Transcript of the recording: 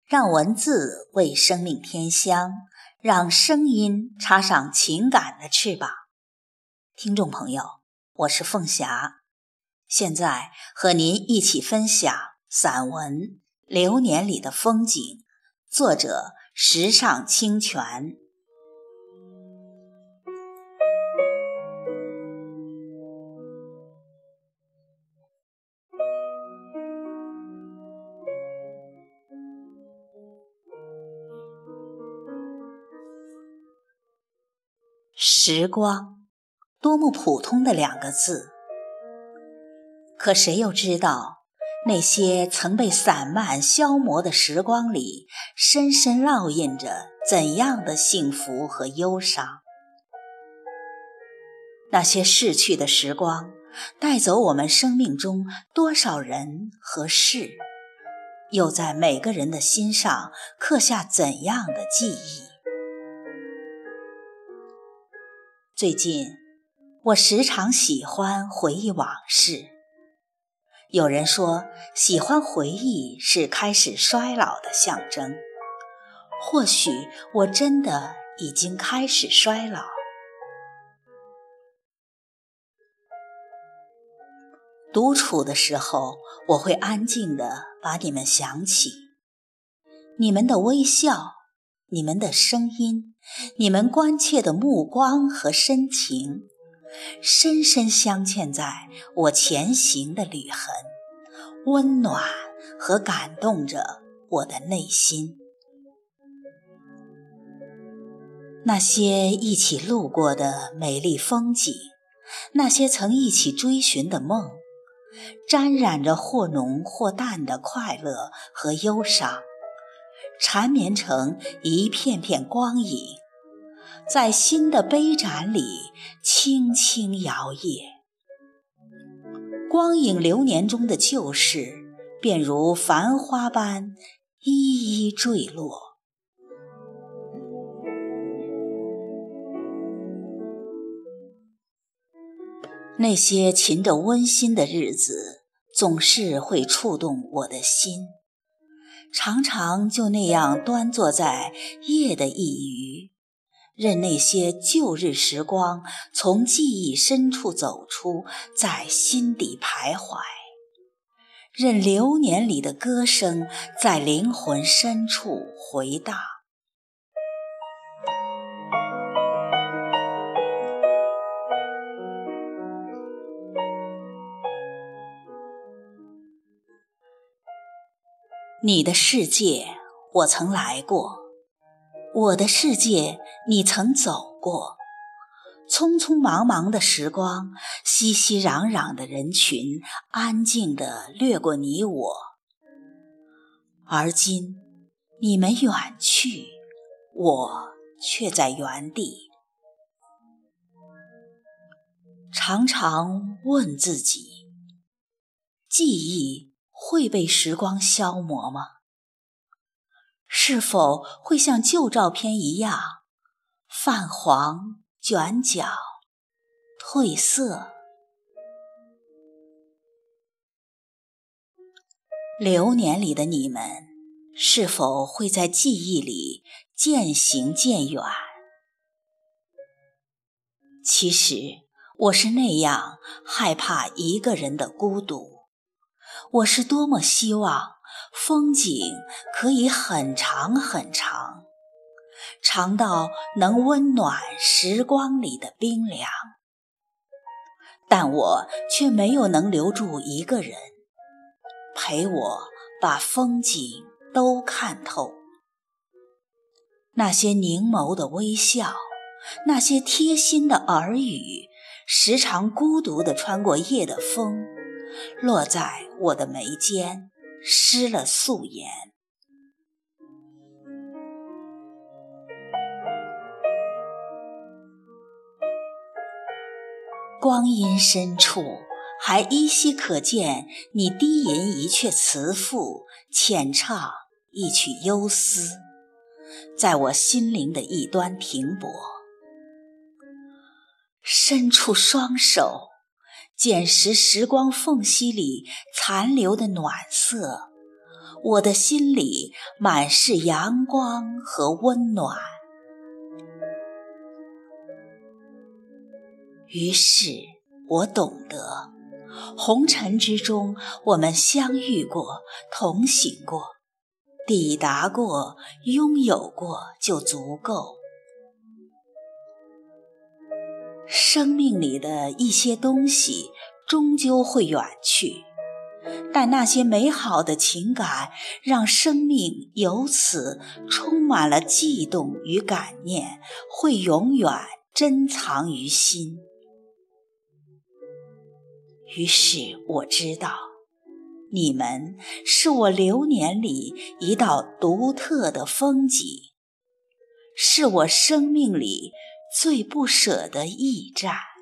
让文字为生命添香，让声音插上情感的翅膀。听众朋友，我是凤霞，现在和您一起分享散文《流年里的风景》，作者时尚清泉。时光，多么普通的两个字，可谁又知道那些曾被散漫消磨的时光里，深深烙印着怎样的幸福和忧伤。那些逝去的时光，带走我们生命中多少人和事，又在每个人的心上刻下怎样的记忆。最近，我时常喜欢回忆往事。有人说，喜欢回忆是开始衰老的象征。或许我真的已经开始衰老。独处的时候，我会安静地把你们想起，你们的微笑，你们的声音，你们关切的目光和深情，深深镶嵌在我前行的旅痕，温暖和感动着我的内心。那些一起路过的美丽风景，那些曾一起追寻的梦，沾染着或浓或淡的快乐和忧伤，缠绵成一片片光影，在新的杯盏里轻轻摇曳。光影流年中的旧事，便如繁花般一一坠落。那些噙着温馨的日子，总是会触动我的心，常常就那样端坐在夜的一隅，任那些旧日时光从记忆深处走出，在心底徘徊，任流年里的歌声在灵魂深处回荡。你的世界我曾来过，我的世界你曾走过。匆匆忙忙的时光，熙熙攘攘的人群，安静地掠过你我。而今你们远去，我却在原地。常常问自己，记忆会被时光消磨吗？是否会像旧照片一样泛黄、卷角、褪色？流年里的你们，是否会在记忆里渐行渐远？其实我是那样害怕一个人的孤独，我是多么希望风景可以很长很长，长到能温暖时光里的冰凉。但我却没有能留住一个人，陪我把风景都看透。那些凝眸的微笑，那些贴心的耳语，时常孤独地穿过夜的风，落在我的眉间，湿了素颜。光阴深处，还依稀可见你低吟一阙词赋，浅唱一曲幽思，在我心灵的一端停泊。伸出双手，捡拾时光缝隙里残留的暖色， 我的心里满是阳光和温暖。于是我懂得，红尘之中我们相遇过，同行过，抵达过，拥有过就足够。生命里的一些东西终究会远去，但那些美好的情感让生命由此充满了悸动与感念，会永远珍藏于心。于是我知道，你们是我流年里一道独特的风景，是我生命里最不舍的驿站。